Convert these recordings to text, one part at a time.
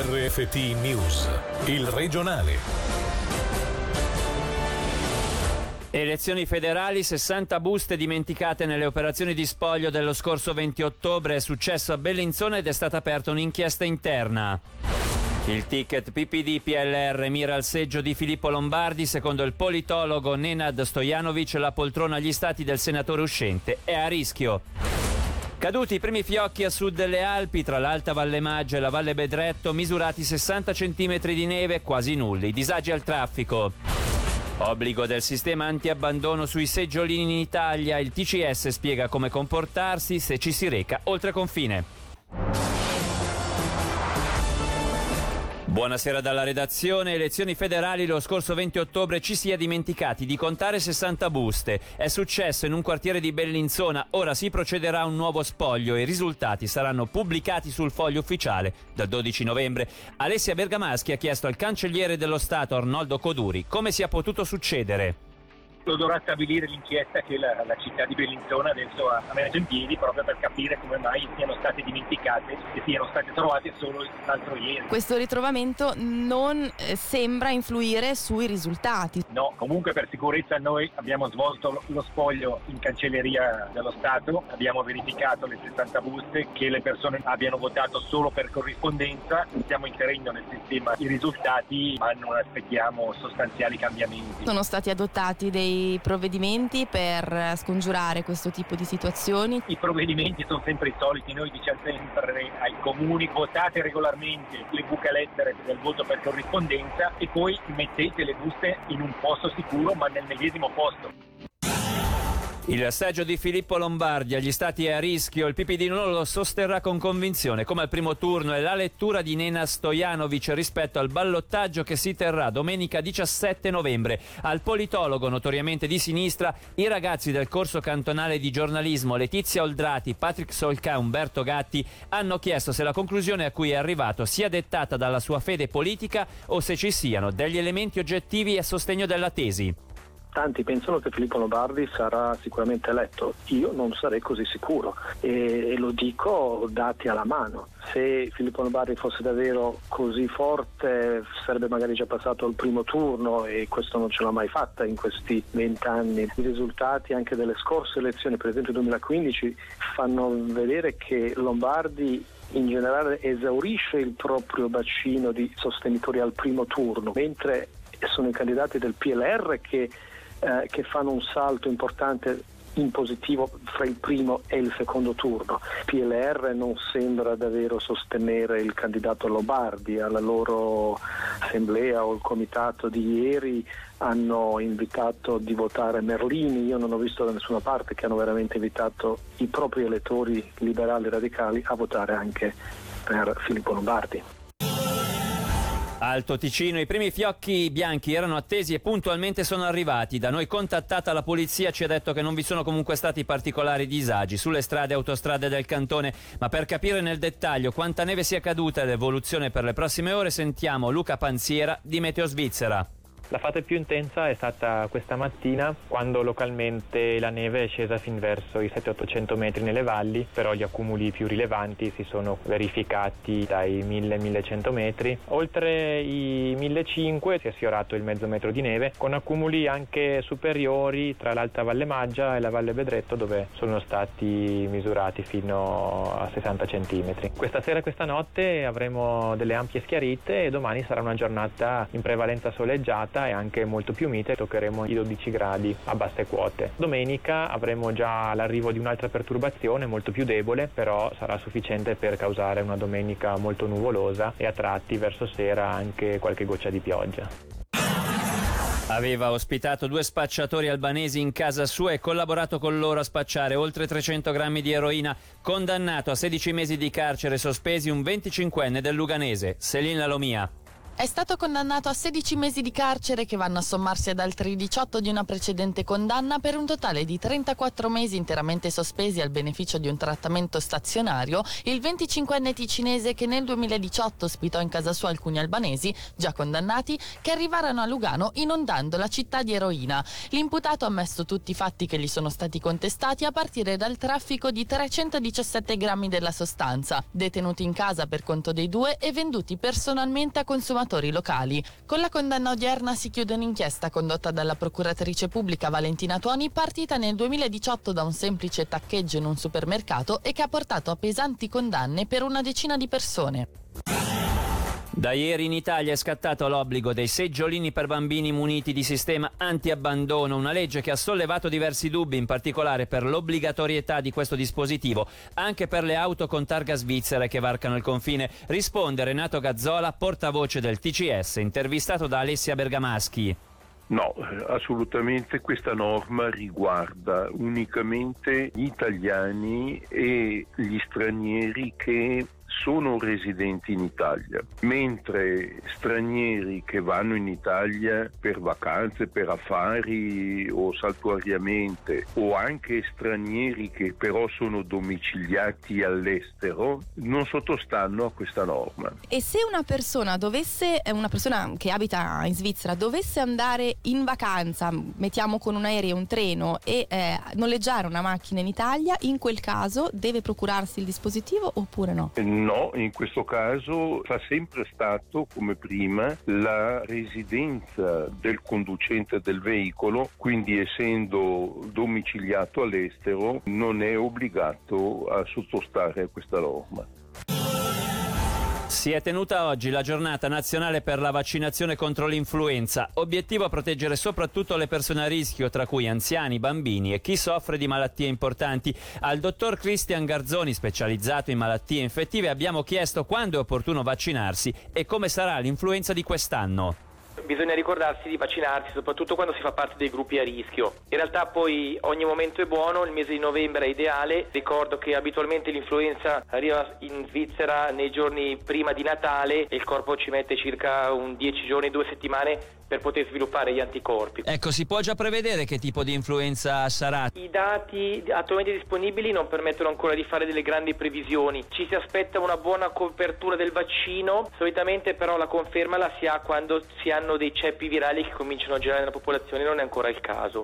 RFT News, il regionale. Elezioni federali, 60 buste dimenticate nelle operazioni di spoglio dello scorso 20 ottobre. È successo a Bellinzona ed è stata aperta un'inchiesta interna. Il ticket PPD-PLR mira al seggio di Filippo Lombardi. Secondo il politologo Nenad Stojanovic, la poltrona agli stati del senatore uscente è a rischio. Caduti i primi fiocchi a sud delle Alpi, tra l'Alta Valle Maggia e la Valle Bedretto, misurati 60 cm di neve, quasi nulli. Disagi al traffico. Obbligo del sistema antiabbandono sui seggiolini in Italia. Il TCS spiega come comportarsi se ci si reca oltre confine. Buonasera dalla redazione. Elezioni federali. Lo scorso 20 ottobre ci si è dimenticati di contare 60 buste. È successo in un quartiere di Bellinzona. Ora si procederà a un nuovo spoglio e i risultati saranno pubblicati sul foglio ufficiale dal 12 novembre. Alessia Bergamaschi ha chiesto al cancelliere dello Stato Arnoldo Coduri come sia potuto succedere. Lo dovrà stabilire l'inchiesta che la città di Bellinzona adesso ha messo in piedi proprio per capire come mai siano state dimenticate e siano state trovate solo l'altro ieri. Questo ritrovamento non sembra influire sui risultati. No, comunque per sicurezza noi abbiamo svolto lo spoglio in cancelleria dello Stato, abbiamo verificato le 60 buste, che le persone abbiano votato solo per corrispondenza, stiamo inserendo nel sistema i risultati ma non aspettiamo sostanziali cambiamenti. Sono stati adottati dei provvedimenti per scongiurare questo tipo di situazioni? I provvedimenti sono sempre i soliti, noi diciamo sempre ai comuni: votate regolarmente le buche lettere del voto per corrispondenza e poi mettete le buste in un posto sicuro ma nel medesimo posto. Il seggio di Filippo Lombardi agli stati è a rischio. Il PPD non lo sosterrà con convinzione come al primo turno. È la lettura di Nenad Stojanovic rispetto al ballottaggio che si terrà domenica 17 novembre. Al politologo notoriamente di sinistra, i ragazzi del corso cantonale di giornalismo Letizia Oldrati, Patrick Solca e Umberto Gatti hanno chiesto se la conclusione a cui è arrivato sia dettata dalla sua fede politica o se ci siano degli elementi oggettivi a sostegno della tesi. Tanti pensano che Filippo Lombardi sarà sicuramente eletto, io non sarei così sicuro e lo dico dati alla mano. Se Filippo Lombardi fosse davvero così forte sarebbe magari già passato al primo turno e questo non ce l'ha mai fatta in questi 20 anni. I risultati anche delle scorse elezioni, per esempio 2015, fanno vedere che Lombardi in generale esaurisce il proprio bacino di sostenitori al primo turno, mentre sono i candidati del PLR che fanno un salto importante in positivo fra il primo e il secondo turno. PLR non sembra davvero sostenere il candidato Lombardi. Alla loro assemblea o il comitato di ieri hanno invitato di votare Merlini. Io non ho visto da nessuna parte che hanno veramente invitato i propri elettori liberali radicali a votare anche per Filippo Lombardi. Alto Ticino, i primi fiocchi bianchi erano attesi e puntualmente sono arrivati. Da noi contattata la polizia ci ha detto che non vi sono comunque stati particolari disagi sulle strade e autostrade del cantone, ma per capire nel dettaglio quanta neve sia caduta e l'evoluzione per le prossime ore sentiamo Luca Panziera di Meteo Svizzera. La fase più intensa è stata questa mattina, quando localmente la neve è scesa fin verso i 700-800 metri nelle valli, però gli accumuli più rilevanti si sono verificati dai 1000-1100 metri. Oltre i 1500 si è sfiorato il mezzo metro di neve, con accumuli anche superiori tra l'Alta Valle Maggia e la Valle Bedretto, dove sono stati misurati fino a 60 centimetri. Questa sera e questa notte avremo delle ampie schiarite e domani sarà una giornata in prevalenza soleggiata e anche molto più mite, toccheremo i 12 gradi a basse quote. Domenica avremo già l'arrivo di un'altra perturbazione molto più debole, però sarà sufficiente per causare una domenica molto nuvolosa e a tratti verso sera anche qualche goccia di pioggia. Aveva ospitato 2 spacciatori albanesi in casa sua e collaborato con loro a spacciare oltre 300 grammi di eroina. Condannato a 16 mesi di carcere sospesi un 25enne del Luganese, Selin Lalomia. È stato condannato a 16 mesi di carcere che vanno a sommarsi ad altri 18 di una precedente condanna per un totale di 34 mesi interamente sospesi al beneficio di un trattamento stazionario il 25enne ticinese che nel 2018 ospitò in casa sua alcuni albanesi, già condannati, che arrivarono a Lugano inondando la città di eroina. L'imputato ha ammesso tutti i fatti che gli sono stati contestati a partire dal traffico di 317 grammi della sostanza, detenuti in casa per conto dei due e venduti personalmente a consumatori locali. Con la condanna odierna si chiude un'inchiesta condotta dalla procuratrice pubblica Valentina Tuoni, partita nel 2018 da un semplice taccheggio in un supermercato e che ha portato a pesanti condanne per una decina di persone. Da ieri in Italia è scattato l'obbligo dei seggiolini per bambini muniti di sistema anti-abbandono, una legge che ha sollevato diversi dubbi, in particolare per l'obbligatorietà di questo dispositivo anche per le auto con targa svizzera che varcano il confine. Risponde Renato Gazzola, portavoce del TCS, intervistato da Alessia Bergamaschi. No, assolutamente questa norma riguarda unicamente gli italiani e gli stranieri che sono residenti in Italia, mentre stranieri che vanno in Italia per vacanze, per affari o saltuariamente, o anche stranieri che però sono domiciliati all'estero, non sottostanno a questa norma. E se una persona che abita in Svizzera dovesse andare in vacanza, mettiamo con un aereo, un treno, e noleggiare una macchina in Italia, in quel caso deve procurarsi il dispositivo oppure no? No, in questo caso fa sempre stato, come prima, la residenza del conducente del veicolo, quindi essendo domiciliato all'estero non è obbligato a sottostare a questa norma. Si è tenuta oggi la giornata nazionale per la vaccinazione contro l'influenza. Obiettivo proteggere soprattutto le persone a rischio, tra cui anziani, bambini e chi soffre di malattie importanti. Al dottor Cristian Garzoni, specializzato in malattie infettive, abbiamo chiesto quando è opportuno vaccinarsi e come sarà l'influenza di quest'anno. Bisogna ricordarsi di vaccinarsi, soprattutto quando si fa parte dei gruppi a rischio. In realtà poi ogni momento è buono, il mese di novembre è ideale. Ricordo che abitualmente l'influenza arriva in Svizzera nei giorni prima di Natale e il corpo ci mette circa 10 giorni, 2 settimane per poter sviluppare gli anticorpi. Ecco, si può già prevedere che tipo di influenza sarà? I dati attualmente disponibili non permettono ancora di fare delle grandi previsioni. Ci si aspetta una buona copertura del vaccino, solitamente però la conferma la si ha quando si hanno dei ceppi virali che cominciano a girare nella popolazione, non è ancora il caso.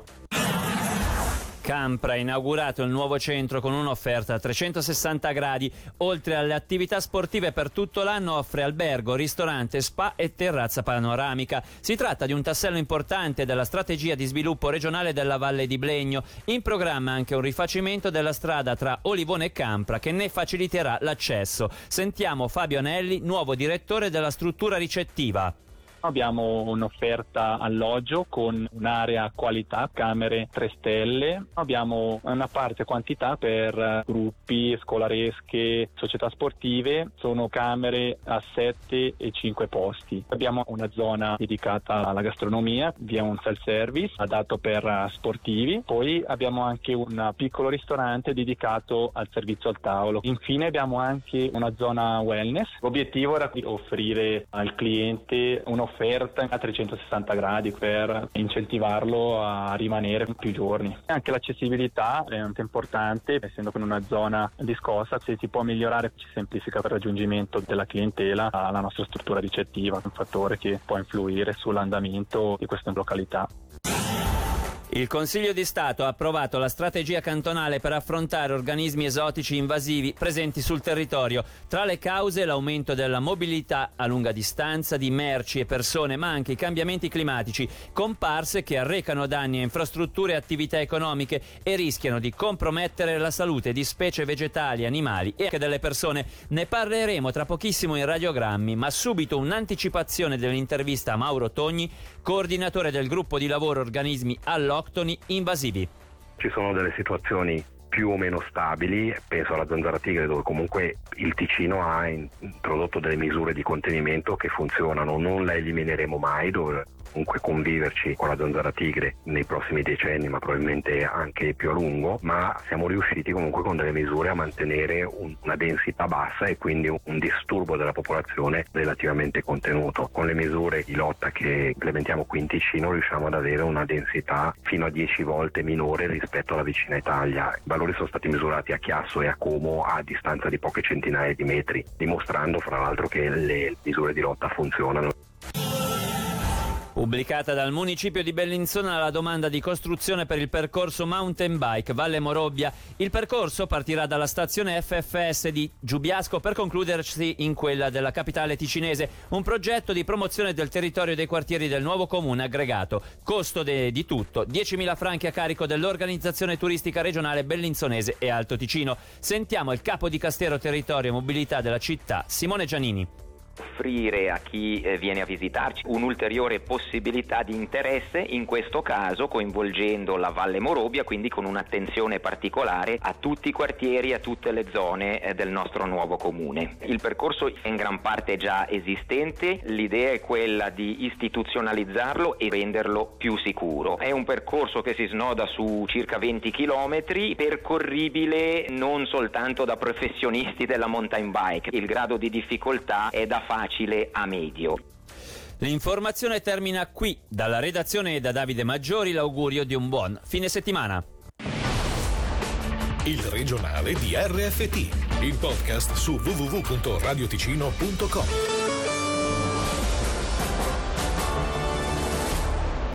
Campra ha inaugurato il nuovo centro con un'offerta a 360 gradi. Oltre alle attività sportive per tutto l'anno offre albergo, ristorante, spa e terrazza panoramica. Si tratta di un tassello importante della strategia di sviluppo regionale della Valle di Blegno. In programma anche un rifacimento della strada tra Olivone e Campra che ne faciliterà l'accesso. Sentiamo Fabio Anelli, nuovo direttore della struttura ricettiva. Abbiamo un'offerta alloggio con un'area qualità, camere 3 stelle. Abbiamo una parte quantità per gruppi, scolaresche, società sportive. Sono camere a 7 e 5 posti. Abbiamo una zona dedicata alla gastronomia, via un self-service adatto per sportivi. Poi abbiamo anche un piccolo ristorante dedicato al servizio al tavolo. Infine abbiamo anche una zona wellness. L'obiettivo era di offrire al cliente un'offerta a 360 gradi per incentivarlo a rimanere più giorni. Anche l'accessibilità è importante, essendo in una zona discossa, se si può migliorare ci semplifica il raggiungimento della clientela alla nostra struttura ricettiva, un fattore che può influire sull'andamento di questa località. Il Consiglio di Stato ha approvato la strategia cantonale per affrontare organismi esotici invasivi presenti sul territorio. Tra le cause l'aumento della mobilità a lunga distanza di merci e persone, ma anche i cambiamenti climatici, comparse che arrecano danni a infrastrutture e attività economiche e rischiano di compromettere la salute di specie vegetali, animali e anche delle persone. Ne parleremo tra pochissimo in radiogrammi, ma subito un'anticipazione dell'intervista a Mauro Togni, coordinatore del gruppo di lavoro organismi alloctoni invasivi. Ci sono delle situazioni più o meno stabili. Penso alla Zanzara Tigre, dove comunque il Ticino ha introdotto delle misure di contenimento che funzionano, non la elimineremo mai, dove comunque conviverci con la Zanzara Tigre nei prossimi decenni, ma probabilmente anche più a lungo, ma siamo riusciti comunque con delle misure a mantenere una densità bassa e quindi un disturbo della popolazione relativamente contenuto. Con le misure di lotta che implementiamo qui in Ticino riusciamo ad avere una densità fino a 10 volte minore rispetto alla vicina Italia. I valori sono stati misurati a Chiasso e a Como a distanza di poche centinaia di metri, dimostrando fra l'altro che le misure di lotta funzionano. Pubblicata dal municipio di Bellinzona la domanda di costruzione per il percorso mountain bike Valle Morobbia. Il percorso partirà dalla stazione FFS di Giubiasco per concludersi in quella della capitale ticinese. Un progetto di promozione del territorio dei quartieri del nuovo comune aggregato. Costo di tutto 10.000 franchi a carico dell'organizzazione turistica regionale bellinzonese e Alto Ticino. Sentiamo il capo di Castero Territorio e Mobilità della città, Simone Giannini. Offrire a chi viene a visitarci un'ulteriore possibilità di interesse, in questo caso coinvolgendo la Valle Morobbia, quindi con un'attenzione particolare a tutti i quartieri, a tutte le zone del nostro nuovo comune. Il percorso è in gran parte già esistente, l'idea è quella di istituzionalizzarlo e renderlo più sicuro. È un percorso che si snoda su circa 20 km, percorribile non soltanto da professionisti della mountain bike. Il grado di difficoltà è da facile a medio. L'informazione termina qui. Dalla redazione e da Davide Maggiori l'augurio di un buon fine settimana. Il regionale di RFT, il podcast su www.radioticino.com.